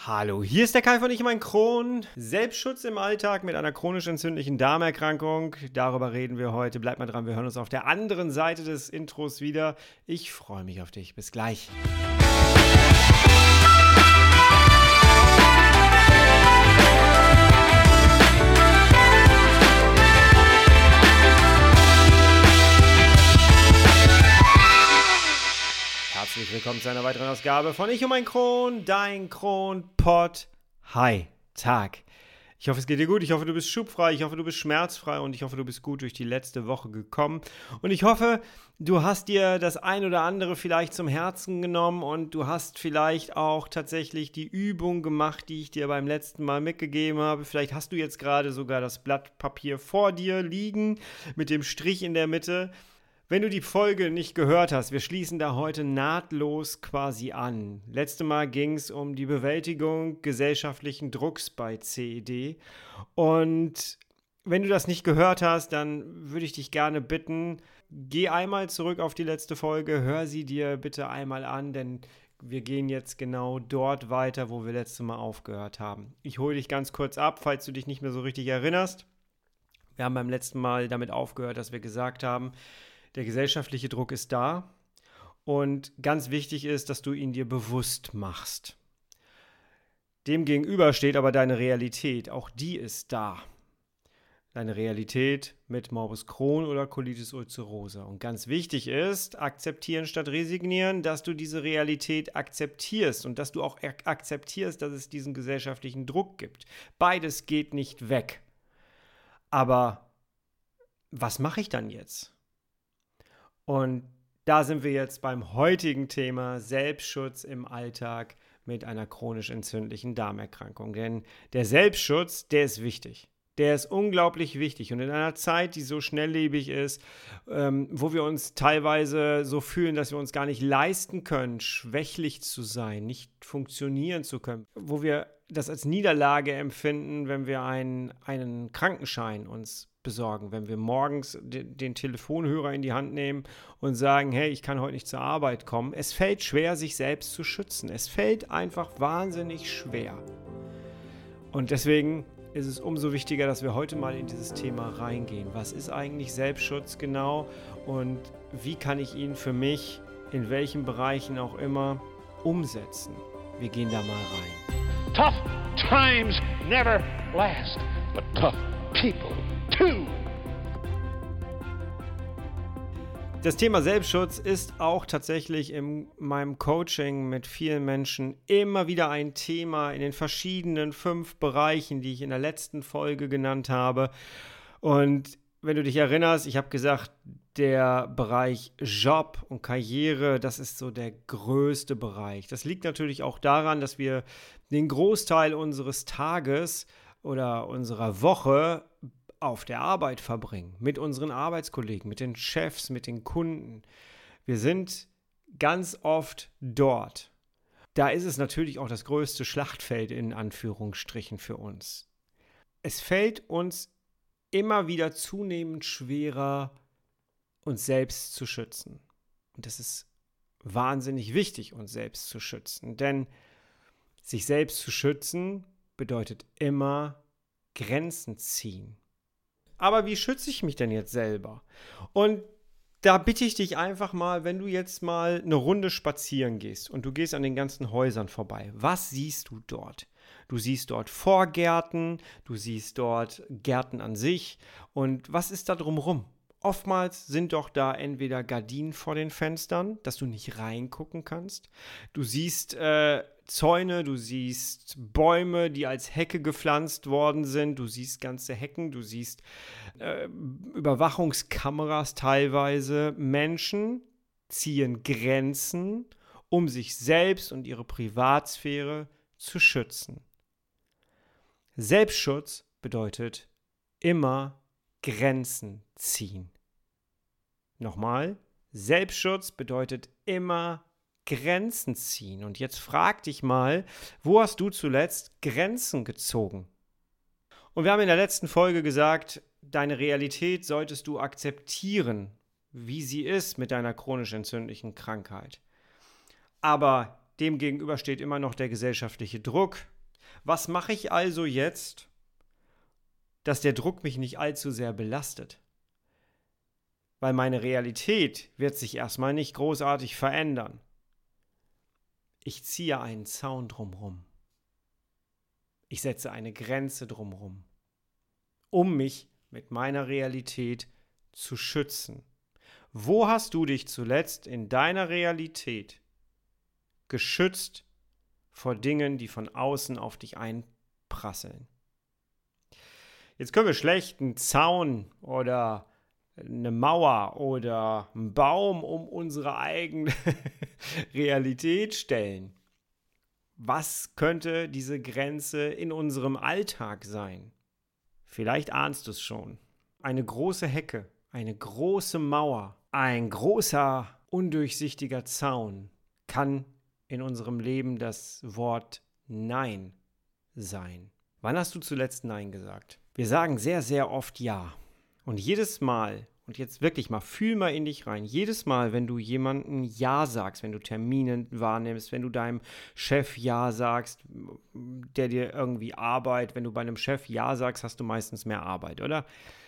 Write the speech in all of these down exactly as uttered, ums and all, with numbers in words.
Hallo, hier ist der Kai von Ich und mein Crohn. Selbstschutz im Alltag mit einer chronisch entzündlichen Darmerkrankung. Darüber reden wir heute. Bleib mal dran, wir hören uns auf der anderen Seite des Intros wieder. Ich freue mich auf dich. Bis gleich. Herzlich willkommen zu einer weiteren Ausgabe von Ich und mein Crohn, dein Crohn-Pod. Hi, Tag. Ich hoffe, es geht dir gut. Ich hoffe, du bist schubfrei. Ich hoffe, du bist schmerzfrei. Und ich hoffe, du bist gut durch die letzte Woche gekommen. Und ich hoffe, du hast dir das ein oder andere vielleicht zum Herzen genommen. Und du hast vielleicht auch tatsächlich die Übung gemacht, die ich dir beim letzten Mal mitgegeben habe. Vielleicht hast du jetzt gerade sogar das Blatt Papier vor dir liegen mit dem Strich in der Mitte. Wenn du die Folge nicht gehört hast, wir schließen da heute nahtlos quasi an. Letztes Mal ging es um die Bewältigung gesellschaftlichen Drucks bei C E D. Und wenn du das nicht gehört hast, dann würde ich dich gerne bitten, geh einmal zurück auf die letzte Folge, hör sie dir bitte einmal an, denn wir gehen jetzt genau dort weiter, wo wir letztes Mal aufgehört haben. Ich hole dich ganz kurz ab, falls du dich nicht mehr so richtig erinnerst. Wir haben beim letzten Mal damit aufgehört, dass wir gesagt haben, der gesellschaftliche Druck ist da und ganz wichtig ist, dass du ihn dir bewusst machst. Demgegenüber steht aber deine Realität, auch die ist da. Deine Realität mit Morbus Crohn oder Colitis ulcerosa. Und ganz wichtig ist, akzeptieren statt resignieren, dass du diese Realität akzeptierst und dass du auch akzeptierst, dass es diesen gesellschaftlichen Druck gibt. Beides geht nicht weg. Aber was mache ich dann jetzt? Und da sind wir jetzt beim heutigen Thema Selbstschutz im Alltag mit einer chronisch entzündlichen Darmerkrankung. Denn der Selbstschutz, der ist wichtig. Der ist unglaublich wichtig. Und in einer Zeit, die so schnelllebig ist, ähm, wo wir uns teilweise so fühlen, dass wir uns gar nicht leisten können, schwächlich zu sein, nicht funktionieren zu können, wo wir das als Niederlage empfinden, wenn wir einen, einen Krankenschein uns besorgen, wenn wir morgens den, den Telefonhörer in die Hand nehmen und sagen, hey, ich kann heute nicht zur Arbeit kommen. Es fällt schwer, sich selbst zu schützen. Es fällt einfach wahnsinnig schwer. Und deswegen ist es umso wichtiger, dass wir heute mal in dieses Thema reingehen. Was ist eigentlich Selbstschutz genau und wie kann ich ihn für mich in welchen Bereichen auch immer umsetzen? Wir gehen da mal rein. Tough times never last, but tough people do. Das Thema Selbstschutz ist auch tatsächlich in meinem Coaching mit vielen Menschen immer wieder ein Thema in den verschiedenen fünf Bereichen, die ich in der letzten Folge genannt habe. Und wenn du dich erinnerst, ich habe gesagt, der Bereich Job und Karriere, das ist so der größte Bereich. Das liegt natürlich auch daran, dass wir den Großteil unseres Tages oder unserer Woche auf der Arbeit verbringen, mit unseren Arbeitskollegen, mit den Chefs, mit den Kunden. Wir sind ganz oft dort. Da ist es natürlich auch das größte Schlachtfeld in Anführungsstrichen für uns. Es fällt uns immer wieder zunehmend schwerer, uns selbst zu schützen. Und das ist wahnsinnig wichtig, uns selbst zu schützen. Denn sich selbst zu schützen bedeutet immer Grenzen ziehen. Aber wie schütze ich mich denn jetzt selber? Und da bitte ich dich einfach mal, wenn du jetzt mal eine Runde spazieren gehst und du gehst an den ganzen Häusern vorbei, was siehst du dort? Du siehst dort Vorgärten, du siehst dort Gärten an sich und was ist da drumherum? Oftmals sind doch da entweder Gardinen vor den Fenstern, dass du nicht reingucken kannst. Du siehst äh, Zäune, du siehst Bäume, die als Hecke gepflanzt worden sind. Du siehst ganze Hecken, du siehst äh, Überwachungskameras teilweise. Menschen ziehen Grenzen, um sich selbst und ihre Privatsphäre zu schützen. Selbstschutz bedeutet immer Grenzen ziehen. Nochmal, Selbstschutz bedeutet immer Grenzen ziehen. Und jetzt frag dich mal, wo hast du zuletzt Grenzen gezogen? Und wir haben in der letzten Folge gesagt, deine Realität solltest du akzeptieren, wie sie ist mit deiner chronisch entzündlichen Krankheit. Aber demgegenüber steht immer noch der gesellschaftliche Druck, Was mache ich also jetzt, dass der Druck mich nicht allzu sehr belastet? Weil meine Realität wird sich erstmal nicht großartig verändern. Ich ziehe einen Zaun drumherum. Ich setze eine Grenze drumherum, um mich mit meiner Realität zu schützen. Wo hast du dich zuletzt in deiner Realität geschützt vor Dingen, die von außen auf dich einprasseln? Jetzt können wir schlecht einen Zaun oder eine Mauer oder einen Baum um unsere eigene Realität stellen. Was könnte diese Grenze in unserem Alltag sein? Vielleicht ahnst du es schon. Eine große Hecke, eine große Mauer, ein großer, undurchsichtiger Zaun kann in unserem Leben das Wort Nein sein. Wann hast du zuletzt Nein gesagt? Wir sagen sehr, sehr oft Ja. Und jedes Mal, und jetzt wirklich mal, fühl mal in dich rein, jedes Mal, wenn du jemandem Ja sagst, wenn du Termine wahrnimmst, wenn du deinem Chef Ja sagst, der dir irgendwie Arbeit, wenn du bei einem Chef Ja sagst, hast du meistens mehr Arbeit, oder?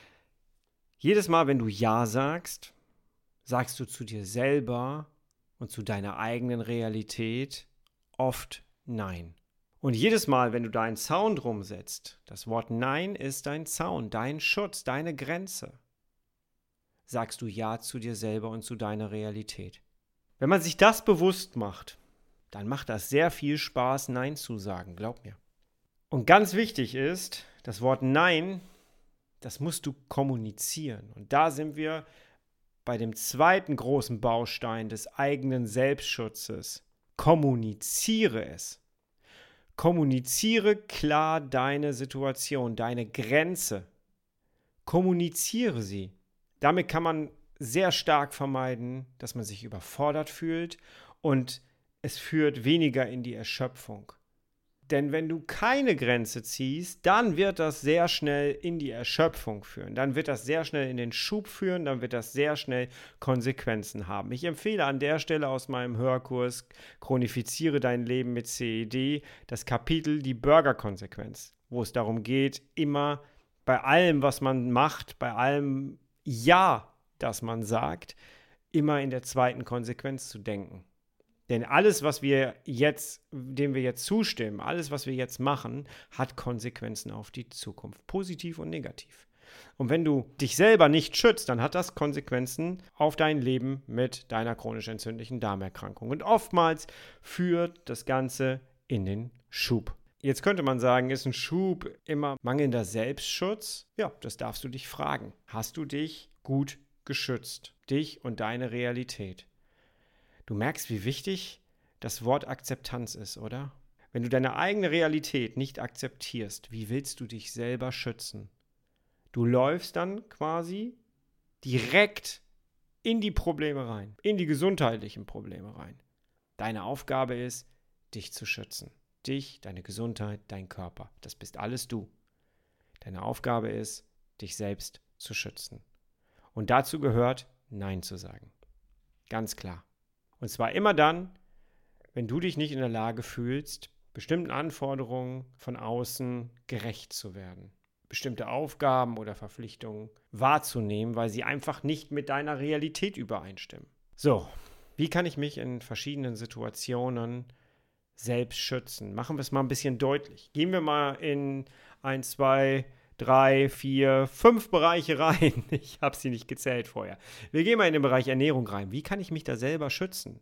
Jedes Mal, wenn du Ja sagst, sagst du zu dir selber und zu deiner eigenen Realität oft Nein. Und jedes Mal, wenn du deinen Zaun drum setzt, das Wort Nein ist dein Zaun, dein Schutz, deine Grenze, sagst du Ja zu dir selber und zu deiner Realität. Wenn man sich das bewusst macht, dann macht das sehr viel Spaß, Nein zu sagen, glaub mir. Und ganz wichtig ist, das Wort Nein, das musst du kommunizieren. Und da sind wir bei dem zweiten großen Baustein des eigenen Selbstschutzes. Kommuniziere es. Kommuniziere klar deine Situation, deine Grenze. Kommuniziere sie. Damit kann man sehr stark vermeiden, dass man sich überfordert fühlt und es führt weniger in die Erschöpfung. Denn wenn du keine Grenze ziehst, dann wird das sehr schnell in die Erschöpfung führen. Dann wird das sehr schnell in den Schub führen, dann wird das sehr schnell Konsequenzen haben. Ich empfehle an der Stelle aus meinem Hörkurs Chronifiziere dein Leben mit C E D das Kapitel Die Burger-Konsequenz, wo es darum geht, immer bei allem, was man macht, bei allem Ja, das man sagt, immer in der zweiten Konsequenz zu denken. Denn alles, was wir jetzt, dem wir jetzt zustimmen, alles, was wir jetzt machen, hat Konsequenzen auf die Zukunft, positiv und negativ. Und wenn du dich selber nicht schützt, dann hat das Konsequenzen auf dein Leben mit deiner chronisch entzündlichen Darmerkrankung. Und oftmals führt das Ganze in den Schub. Jetzt könnte man sagen, ist ein Schub immer mangelnder Selbstschutz? Ja, das darfst du dich fragen. Hast du dich gut geschützt? Dich und deine Realität? Du merkst, wie wichtig das Wort Akzeptanz ist, oder? Wenn du deine eigene Realität nicht akzeptierst, wie willst du dich selber schützen? Du läufst dann quasi direkt in die Probleme rein, in die gesundheitlichen Probleme rein. Deine Aufgabe ist, dich zu schützen. Dich, deine Gesundheit, dein Körper. Das bist alles du. Deine Aufgabe ist, dich selbst zu schützen. Und dazu gehört, Nein zu sagen. Ganz klar. Und zwar immer dann, wenn du dich nicht in der Lage fühlst, bestimmten Anforderungen von außen gerecht zu werden. Bestimmte Aufgaben oder Verpflichtungen wahrzunehmen, weil sie einfach nicht mit deiner Realität übereinstimmen. So, wie kann ich mich in verschiedenen Situationen selbst schützen? Machen wir es mal ein bisschen deutlich. Gehen wir mal in ein, zwei, drei, vier, fünf Bereiche rein. Ich habe sie nicht gezählt vorher. Wir gehen mal in den Bereich Ernährung rein. Wie kann ich mich da selber schützen?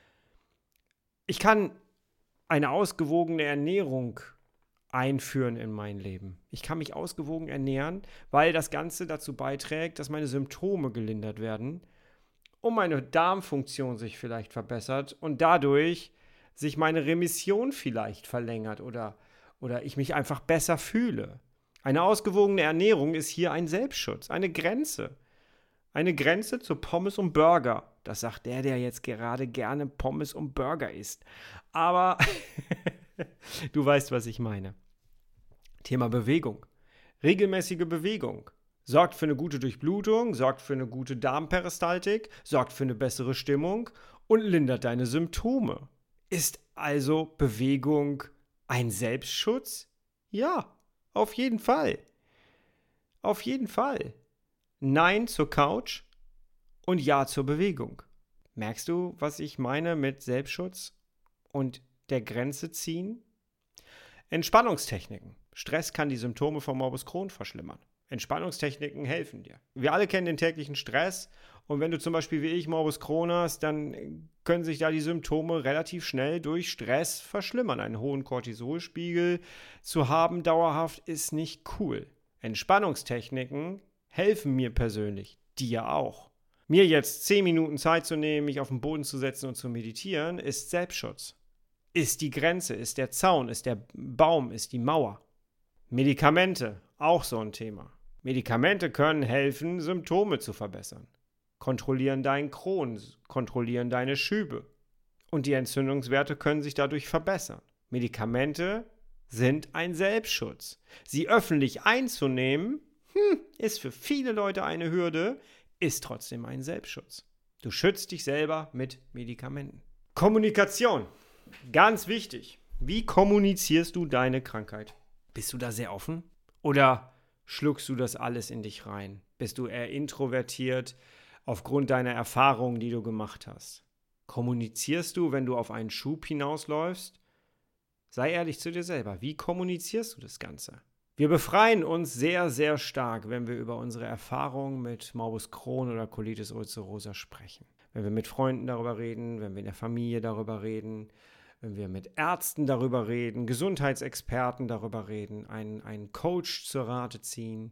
Ich kann eine ausgewogene Ernährung einführen in mein Leben. Ich kann mich ausgewogen ernähren, weil das Ganze dazu beiträgt, dass meine Symptome gelindert werden und meine Darmfunktion sich vielleicht verbessert und dadurch sich meine Remission vielleicht verlängert oder, oder ich mich einfach besser fühle. Eine ausgewogene Ernährung ist hier ein Selbstschutz, eine Grenze. Eine Grenze zu Pommes und Burger. Das sagt der, der jetzt gerade gerne Pommes und Burger isst. Aber du weißt, was ich meine. Thema Bewegung. Regelmäßige Bewegung sorgt für eine gute Durchblutung, sorgt für eine gute Darmperistaltik, sorgt für eine bessere Stimmung und lindert deine Symptome. Ist also Bewegung ein Selbstschutz? Ja, auf jeden Fall. Auf jeden Fall. Nein zur Couch und Ja zur Bewegung. Merkst du, was ich meine mit Selbstschutz und der Grenze ziehen? Entspannungstechniken. Stress kann die Symptome von Morbus Crohn verschlimmern. Entspannungstechniken helfen dir. Wir alle kennen den täglichen Stress und wenn du zum Beispiel wie ich Morbus Crohn hast, dann können sich da die Symptome relativ schnell durch Stress verschlimmern. Einen hohen Cortisolspiegel zu haben dauerhaft ist nicht cool. Entspannungstechniken helfen mir persönlich, dir auch. Mir jetzt zehn Minuten Zeit zu nehmen, mich auf den Boden zu setzen und zu meditieren, ist Selbstschutz. Ist die Grenze, ist der Zaun, ist der Baum, ist die Mauer. Medikamente, auch so ein Thema. Medikamente können helfen, Symptome zu verbessern. Kontrollieren deinen Crohn, kontrollieren deine Schübe. Und die Entzündungswerte können sich dadurch verbessern. Medikamente sind ein Selbstschutz. Sie öffentlich einzunehmen, hm, ist für viele Leute eine Hürde, ist trotzdem ein Selbstschutz. Du schützt dich selber mit Medikamenten. Kommunikation, ganz wichtig. Wie kommunizierst du deine Krankheit? Bist du da sehr offen? Oder schluckst du das alles in dich rein? Bist du eher introvertiert aufgrund deiner Erfahrungen, die du gemacht hast? Kommunizierst du, wenn du auf einen Schub hinausläufst? Sei ehrlich zu dir selber. Wie kommunizierst du das Ganze? Wir befreien uns sehr, sehr stark, wenn wir über unsere Erfahrungen mit Morbus Crohn oder Colitis ulcerosa sprechen. Wenn wir mit Freunden darüber reden, wenn wir in der Familie darüber reden, wenn wir mit Ärzten darüber reden, Gesundheitsexperten darüber reden, einen, einen Coach zur Rate ziehen,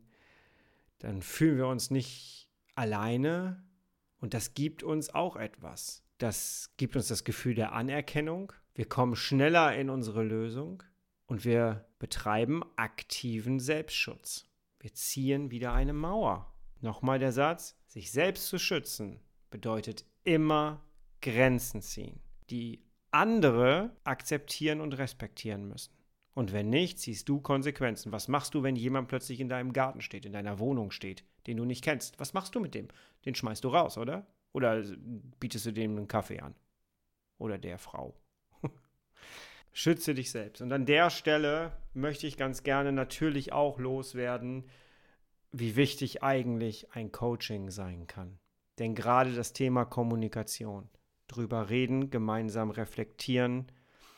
dann fühlen wir uns nicht alleine und das gibt uns auch etwas. Das gibt uns das Gefühl der Anerkennung. Wir kommen schneller in unsere Lösung und wir betreiben aktiven Selbstschutz. Wir ziehen wieder eine Mauer. Nochmal der Satz, sich selbst zu schützen bedeutet immer Grenzen ziehen, die andere akzeptieren und respektieren müssen. Und wenn nicht, ziehst du Konsequenzen. Was machst du, wenn jemand plötzlich in deinem Garten steht, in deiner Wohnung steht, den du nicht kennst? Was machst du mit dem? Den schmeißt du raus, oder? Oder bietest du dem einen Kaffee an? Oder der Frau? Schütze dich selbst. Und an der Stelle möchte ich ganz gerne natürlich auch loswerden, wie wichtig eigentlich ein Coaching sein kann. Denn gerade das Thema Kommunikation, drüber reden, gemeinsam reflektieren,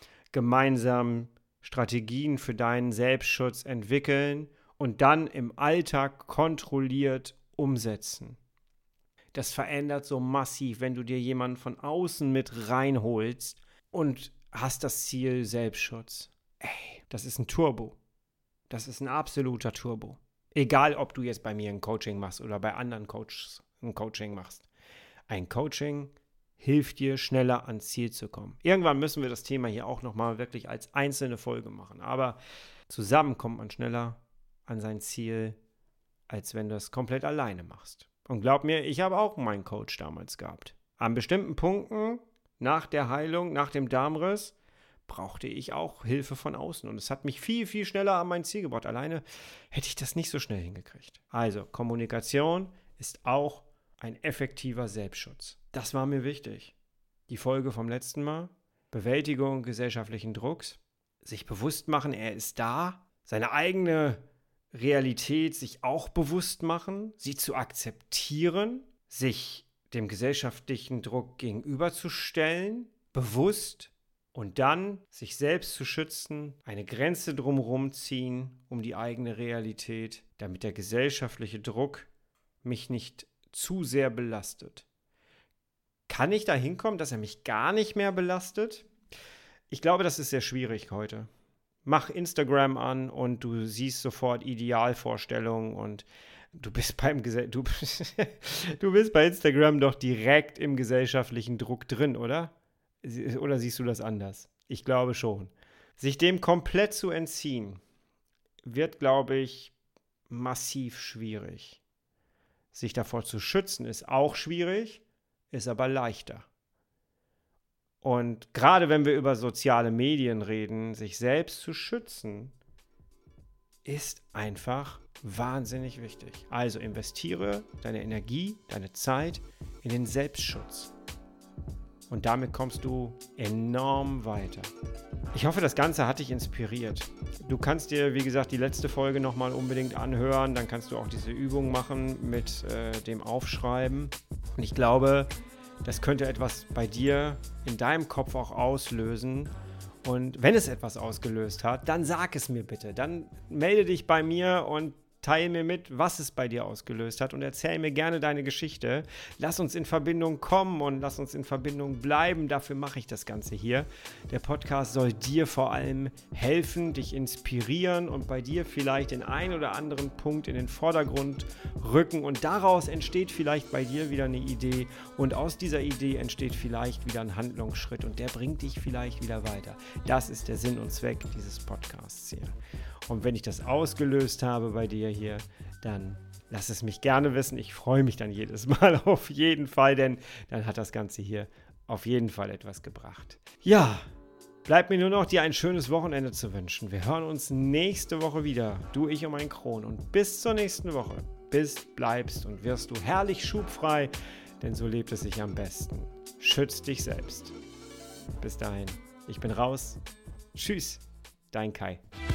gemeinsam Strategien für deinen Selbstschutz entwickeln und dann im Alltag kontrolliert umsetzen. Das verändert so massiv, wenn du dir jemanden von außen mit reinholst und hast das Ziel Selbstschutz. Ey, das ist ein Turbo. Das ist ein absoluter Turbo. Egal, ob du jetzt bei mir ein Coaching machst oder bei anderen Coaches ein Coaching machst. Ein Coaching hilft dir, schneller ans Ziel zu kommen. Irgendwann müssen wir das Thema hier auch nochmal wirklich als einzelne Folge machen. Aber zusammen kommt man schneller an sein Ziel, als wenn du es komplett alleine machst. Und glaub mir, ich habe auch meinen Coach damals gehabt. An bestimmten Punkten nach der Heilung, nach dem Darmriss, brauchte ich auch Hilfe von außen. Und es hat mich viel, viel schneller an mein Ziel gebracht. Alleine hätte ich das nicht so schnell hingekriegt. Also, Kommunikation ist auch ein effektiver Selbstschutz. Das war mir wichtig. Die Folge vom letzten Mal. Bewältigung gesellschaftlichen Drucks. Sich bewusst machen, er ist da. Seine eigene Realität sich auch bewusst machen. Sie zu akzeptieren. Sich dem gesellschaftlichen Druck gegenüberzustellen. Bewusst. Und dann sich selbst zu schützen. Eine Grenze drumherum ziehen um die eigene Realität. Damit der gesellschaftliche Druck mich nicht zu sehr belastet. Kann ich da hinkommen, dass er mich gar nicht mehr belastet? Ich glaube, das ist sehr schwierig heute. Mach Instagram an und du siehst sofort Idealvorstellungen und du bist beim Gese- du, du bist bei Instagram doch direkt im gesellschaftlichen Druck drin, oder? Oder siehst du das anders? Ich glaube schon. Sich dem komplett zu entziehen, wird, glaube ich, massiv schwierig. Sich davor zu schützen ist auch schwierig, ist aber leichter. Und gerade wenn wir über soziale Medien reden, sich selbst zu schützen, ist einfach wahnsinnig wichtig. Also investiere deine Energie, deine Zeit in den Selbstschutz. Und damit kommst du enorm weiter. Ich hoffe, das Ganze hat dich inspiriert. Du kannst dir, wie gesagt, die letzte Folge nochmal unbedingt anhören. Dann kannst du auch diese Übung machen mit äh, dem Aufschreiben. Und ich glaube, das könnte etwas bei dir in deinem Kopf auch auslösen. Und wenn es etwas ausgelöst hat, dann sag es mir bitte. Dann melde dich bei mir und teile mir mit, was es bei dir ausgelöst hat und erzähl mir gerne deine Geschichte. Lass uns in Verbindung kommen und lass uns in Verbindung bleiben. Dafür mache ich das Ganze hier. Der Podcast soll dir vor allem helfen, dich inspirieren und bei dir vielleicht den einen oder anderen Punkt in den Vordergrund rücken. Und daraus entsteht vielleicht bei dir wieder eine Idee und aus dieser Idee entsteht vielleicht wieder ein Handlungsschritt und der bringt dich vielleicht wieder weiter. Das ist der Sinn und Zweck dieses Podcasts hier. Und wenn ich das ausgelöst habe bei dir hier, dann lass es mich gerne wissen. Ich freue mich dann jedes Mal auf jeden Fall, denn dann hat das Ganze hier auf jeden Fall etwas gebracht. Ja, bleibt mir nur noch, dir ein schönes Wochenende zu wünschen. Wir hören uns nächste Woche wieder, du, ich und mein Kron. Und bis zur nächsten Woche bist, bleibst und wirst du herrlich schubfrei, denn so lebt es sich am besten. Schütz dich selbst. Bis dahin, ich bin raus. Tschüss, dein Kai.